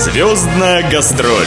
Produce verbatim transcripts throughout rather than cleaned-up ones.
Звездная гастроль.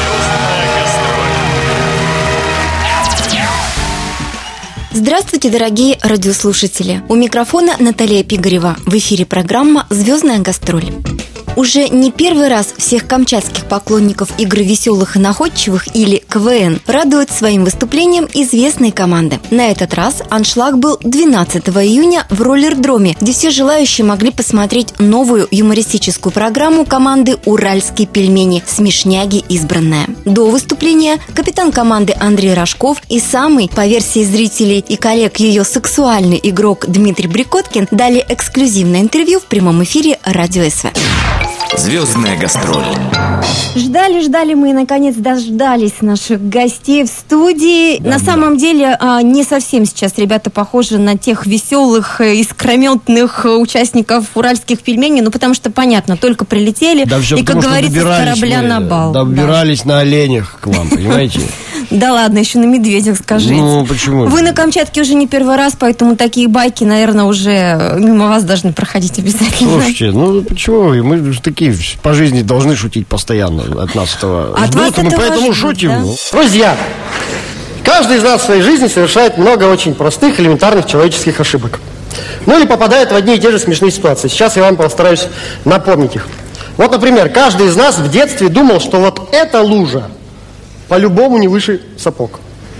Здравствуйте, дорогие радиослушатели! У микрофона Наталья Пигарева. В эфире программа «Звездная гастроль». Уже не первый раз всех камчатских поклонников игры веселых и находчивых, или КВН, радует своим выступлением известные команды. На этот раз аншлаг был двенадцатого июня в роллердроме, где все желающие могли посмотреть новую юмористическую программу команды «Уральские пельмени. Смешняги избранная». До выступления капитан команды Андрей Рожков и самый, по версии зрителей и коллег, ее сексуальный игрок Дмитрий Брикоткин дали эксклюзивное интервью в прямом эфире Радио СВ. Звездная гастроль. Ждали-ждали мы и, наконец, дождались наших гостей в студии. Да, на да. самом деле, не совсем сейчас ребята похожи на тех веселых, искрометных участников уральских пельменей, ну, потому что, понятно, только прилетели, да, все, и, как говорится, с корабля мы, на бал. Добирались да. на оленях к вам, понимаете? Да ладно, еще на медведях скажите. Ну, почему? Вы на Камчатке уже не первый раз, поэтому такие байки, наверное, уже мимо вас должны проходить обязательно. Слушайте, ну почему вы? Мы же такие по жизни должны шутить постоянно. От нас этого от ждут, мы поэтому ждут, шутим. Да? Ну. Друзья, каждый из нас в своей жизни совершает много очень простых, элементарных человеческих ошибок. Ну или попадает в одни и те же смешные ситуации. Сейчас я вам постараюсь напомнить их. Вот, например, каждый из нас в детстве думал, что вот эта лужа по-любому не выше сапог.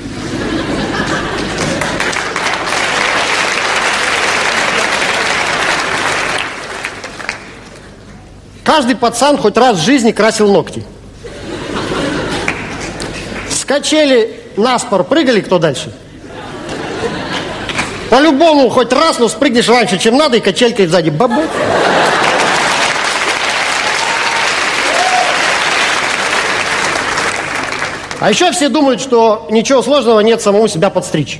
Каждый пацан хоть раз в жизни красил ногти. С качели наспор прыгали, кто дальше? По-любому хоть раз, но спрыгнешь раньше, чем надо, и качелькой сзади бабы. А еще все думают, что ничего сложного нет самому себя подстричь.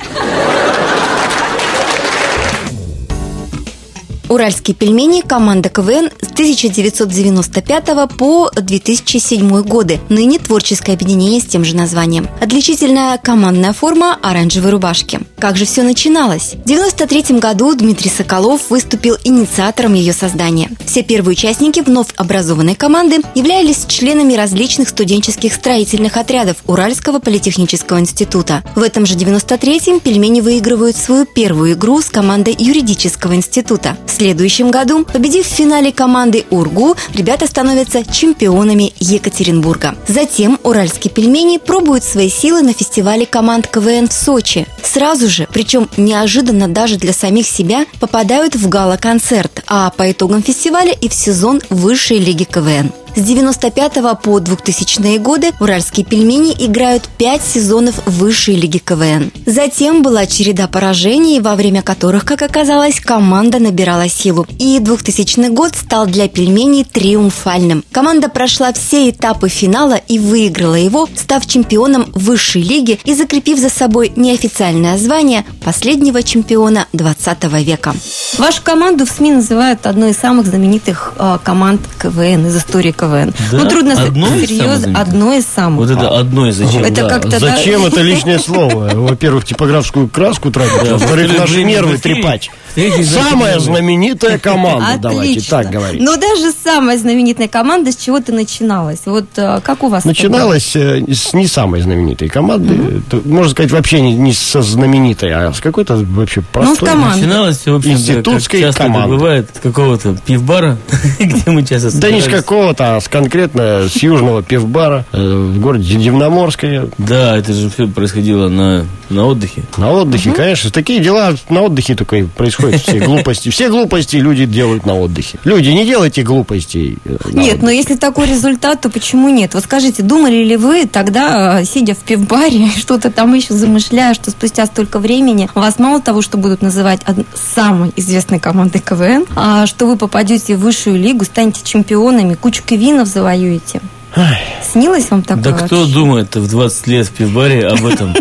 Уральские пельмени – команда КВН с тысяча девятьсот девяносто пятого по две тысячи седьмой годы. Ныне творческое объединение с тем же названием. Отличительная командная форма – оранжевые рубашки. Как же все начиналось? В девяносто третьем году Дмитрий Соколов выступил инициатором ее создания. Все первые участники вновь образованной команды являлись членами различных студенческих строительных отрядов Уральского политехнического института. В этом же девяносто третьем пельмени выигрывают свою первую игру с командой юридического института. В следующем году, победив в финале команды УрГУ, ребята становятся чемпионами Екатеринбурга. Затем уральские пельмени пробуют свои силы на фестивале команд КВН в Сочи. Сразу же, причем неожиданно даже для самих себя, попадают в гала-концерт, а по итогам фестиваля и в сезон высшей лиги КВН. С девяносто пятого по двухтысячные годы уральские пельмени играют пять сезонов высшей лиги КВН. Затем была череда поражений, во время которых, как оказалось, команда набирала силу. И двухтысячный год стал для пельменей триумфальным. Команда прошла все этапы финала и выиграла его, став чемпионом высшей лиги и закрепив за собой неофициальное звание последнего чемпиона двадцатого века. Вашу команду в СМИ называют одной из самых знаменитых э, команд КВН из истории КВН. Да? Ну, трудно сказать, серьезно, одно из самых. Вот это одно из зачем? Это да. как-то, зачем да? это лишнее слово? Во-первых, типографскую краску тратить, а во-вторых, наши нервы трепать. Самая знаменитая команда, давайте так говорить. Но даже самая знаменитая команда с чего-то начиналась. Вот как у вас? Начиналась с не самой знаменитой команды. Mm-hmm. Можно сказать, вообще не, не со знаменитой, а с какой-то вообще простой. Ну, с командой. Начиналась, в общем, институтской как часто команды. Это бывает, с какого-то пивбара, где мы часто Да не с какого-то, а с конкретно с южного пивбара в городе Дивноморское. Да, это же все происходило на, на отдыхе. На отдыхе, угу. Конечно. Такие дела на отдыхе только и происходят. Все глупости. Все глупости люди делают на отдыхе. Люди, не делайте глупостей. Нет, но если такой результат, то почему нет? Вот скажите, думали ли вы тогда, сидя в пивбаре, что-то там еще замышляя, что спустя столько времени вас мало того, что будут называть самой известной командой КВН, а что вы попадете в высшую лигу, станете чемпионами, кучу кивинов завоюете? Ай. Снилось вам такое? Да кто вообще? думает в двадцать лет в пивбаре об этом?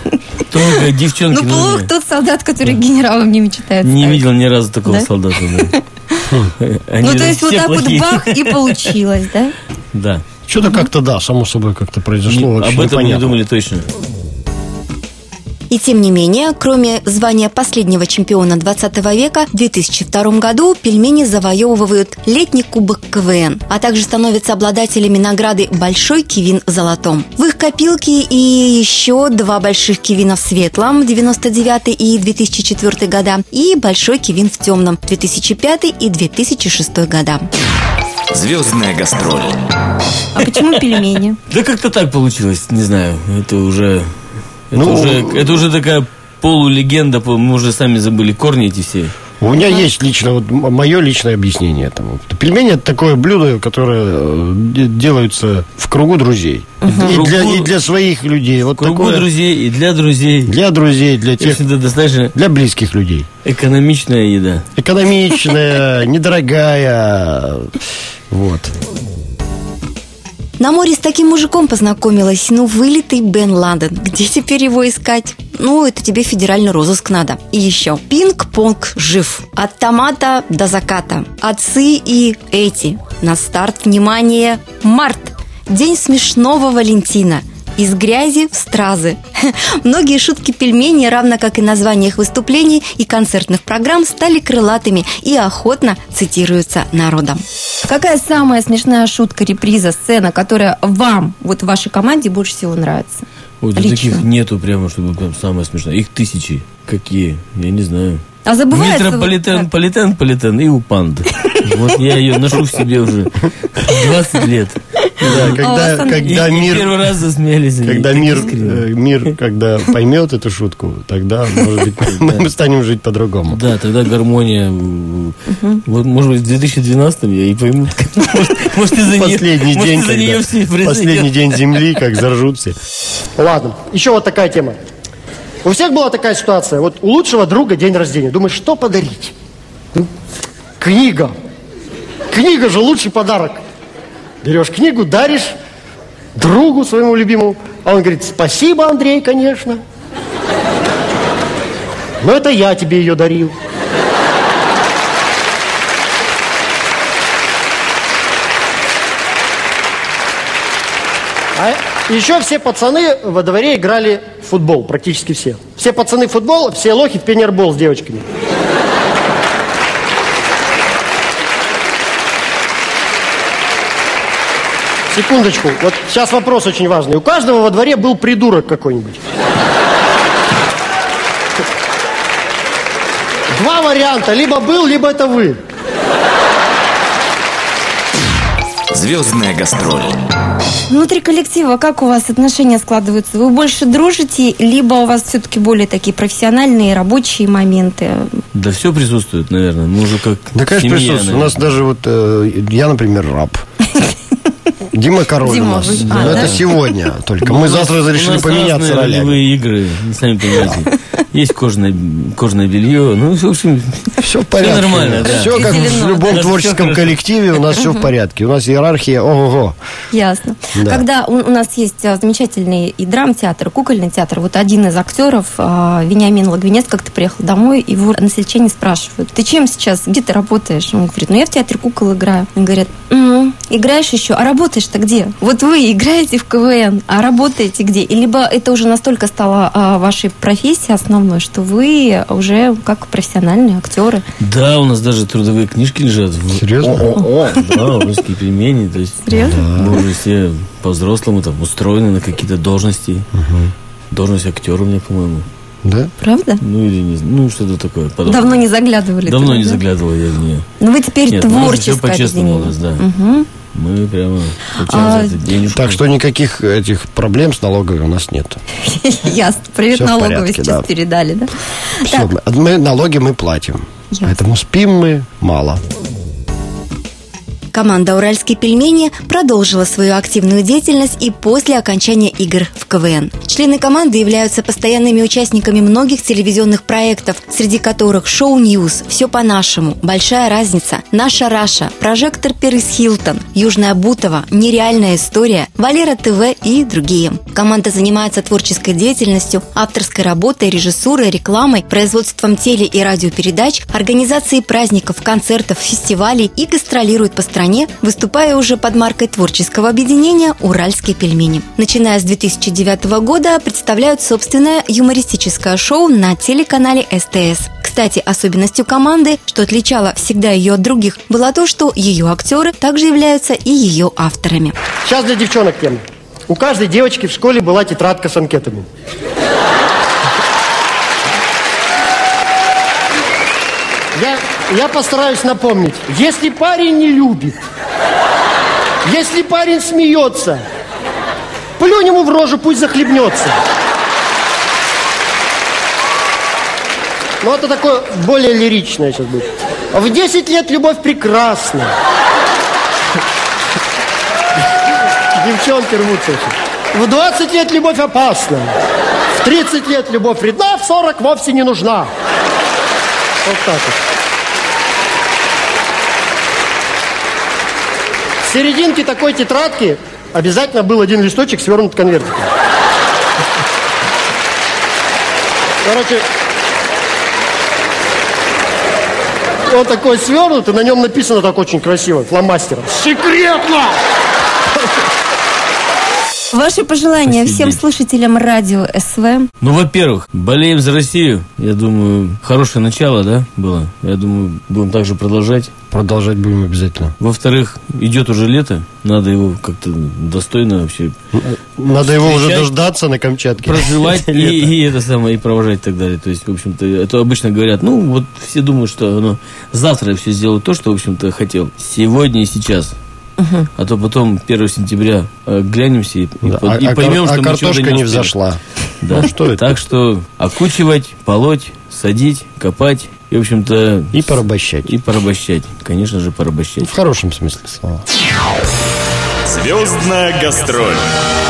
Только девчонки. Ну, плох тот солдат, который генералом не мечтает. Не видел ни разу такого солдата. Ну, то есть вот так вот бах и получилось, да? Да. Что-то как-то, да, само собой как-то произошло. Об этом не думали точно. И тем не менее, кроме звания последнего чемпиона двадцатого века, в две тысячи втором году пельмени завоевывают летний кубок КВН, а также становятся обладателями награды «Большой кивин в золотом». В их копилке и еще два больших кивина в светлом, девяносто девятый и две тысячи четвёртый года, и большой кивин в темном, две тысячи пятый и две тысячи шестой года. Звездная гастроль. А почему пельмени? Да как-то так получилось, не знаю. Это уже... Это, ну, уже, это уже такая полулегенда, мы уже сами забыли корни эти все. У меня есть лично, вот мое личное объяснение этому. Пельмени – это такое блюдо, которое делаются в кругу друзей. Uh-huh. И, кругу, для, и для своих людей. Вот в кругу такое, друзей, и для друзей. Для друзей, для тех, достаточно для близких людей. Экономичная еда. Экономичная, недорогая. Вот. На море с таким мужиком познакомилась, ну, вылитый Бен Ладен. Где теперь его искать? Ну, это тебе федеральный розыск надо. И еще. Пинг-понг жив. От томата до заката. Отцы и эти. На старт, внимание, март. День смешного Валентина. Из грязи в стразы. Многие шутки пельменей, равно как и названия их выступлений и концертных программ, стали крылатыми и охотно цитируются народом. Какая самая смешная шутка, реприза, сцена, которая вам, вот в вашей команде, больше всего нравится? Ой, да таких нету прямо, чтобы прям самое смешное. Их тысячи. Какие? Я не знаю. А забывается... Метрополитен, вот политен, политен и упанд. Вот я ее ношу в себе уже двадцать лет. Да, когда, а когда и, мир, и первый раз засмеялись. Когда мир, мир, когда поймет эту шутку, тогда, может быть, мы, мы станем жить по-другому. Да, тогда гармония. Uh-huh. Вот, может быть, в две тысячи двенадцатом я и пойму. Может, может из-за последний нее, день, может, из-за нее все последний день Земли, как заржут все. Ладно, еще вот такая тема. У всех была такая ситуация. Вот у лучшего друга день рождения. Думаешь, что подарить? Книга. Книга же лучший подарок. Берешь книгу, даришь другу своему любимому. А он говорит: спасибо, Андрей, конечно. Но это я тебе ее дарил. А еще все пацаны во дворе играли в футбол, практически все. Все пацаны в футбол, все лохи в пионербол с девочками. Секундочку, вот сейчас вопрос очень важный. У каждого во дворе был придурок какой-нибудь. Два варианта, либо был, либо это вы. Звездная гастроль. Внутри коллектива как у вас отношения складываются? Вы больше дружите, либо у вас все-таки более такие профессиональные, рабочие моменты? Да все присутствует, наверное. Мы уже как Да, конечно, семья, присутствует. наверное. У нас даже вот, э, я, например, раб. Дима король Дима, у нас. вы... Но а, это да? сегодня только. Мы завтра решили поменяться ролями. Ролевые игры, сами понимаете. Есть кожаное, кожаное белье. Ну, в общем, все в порядке. Все нормально, да. Все как в любом творческом коллективе, у нас все в порядке. У нас иерархия, ого-го. Ясно. Да. Когда у, у нас есть замечательный и драм-театр, и кукольный театр, вот один из актеров, Вениамин Лагвинец, как-то приехал домой, его односельчане спрашивают: ты чем сейчас, где ты работаешь? Он говорит: ну я в театре кукол играю. Он говорит: м-м, играешь еще, а работаешь-то где? Вот вы играете в КВН, а работаете где? И либо это уже настолько стало а, вашей профессией основной, что вы уже как профессиональные актеры. Да, у нас даже трудовые книжки лежат. Серьезно? О-о-о. Да, русские пельмени. То есть Серьезно? мы уже все по-взрослому там устроены на какие-то должности. Угу. Должность актера у меня, по-моему. Да? Правда? Ну или не знаю, ну что-то такое подобное. Давно не заглядывали. Давно туда, не да? заглядывал я в нее. Ну вы теперь Нет, творческое все по-честному у нас, да. Угу. Мы прямо А, за это денежку. Так что никаких этих проблем с налоговой у нас нет. Ясно. Привет, Всё в налоговой порядке, сейчас да. передали, да? Все, Так, мы, мы налоги мы платим. Ясно. Поэтому спим мы мало. команда «Уральские пельмени» продолжила свою активную деятельность и после окончания игр в КВН. Члены команды являются постоянными участниками многих телевизионных проектов, среди которых «Шоу Ньюс», «Все по-нашему», «Большая разница», «Наша Раша», «Прожектор Пэрис Хилтон», «Южная Бутова», «Нереальная история», «Валера ТВ» и другие. Команда занимается творческой деятельностью, авторской работой, режиссурой, рекламой, производством теле- и радиопередач, организацией праздников, концертов, фестивалей и гастролирует по стране ранее, выступая уже под маркой творческого объединения «Уральские пельмени». Начиная с две тысячи девятого года представляют собственное юмористическое шоу на телеканале СТС. Кстати, особенностью команды, что отличало всегда ее от других, было то, что ее актеры также являются и ее авторами. Сейчас для девчонок тема. У каждой девочки в школе была тетрадка с анкетами. Я, я постараюсь напомнить. Если парень не любит, если парень смеется, плюнь ему в рожу, пусть захлебнется. Ну, это такое более лиричное сейчас будет. В десять лет любовь прекрасна. Девчонки рвутся очень. В двадцать лет любовь опасна. В тридцать лет любовь вредна, в сорок вовсе не нужна. Вот так вот. В серединке такой тетрадки обязательно был один листочек, свернут конвертиком. Короче, он такой свернут, и на нем написано так очень красиво, фломастером. Секретно! Ваши пожелания Спасибо. всем слушателям радио СВ. Ну, во-первых, болеем за Россию. Я думаю, хорошее начало, да, было. Я думаю, будем также продолжать. Продолжать будем обязательно. Во-вторых, идет уже лето. Надо его как-то достойно вообще... Надо его уже дождаться на Камчатке. Проживать и, и это самое, и провожать и так далее. То есть, в общем-то, это обычно говорят, ну, вот все думают, что ну, завтра я все сделаю то, что, в общем-то, хотел. Сегодня и сейчас. Угу. А то потом первого сентября э, глянемся и, да, и, а, и поймем, а, что а мы картошка не, не взошла. Да. Ну, что это? Так что окучивать, полоть, садить, копать и, в общем-то... И порабощать. И порабощать. Конечно же, порабощать. В хорошем смысле слова. Звездная гастроль.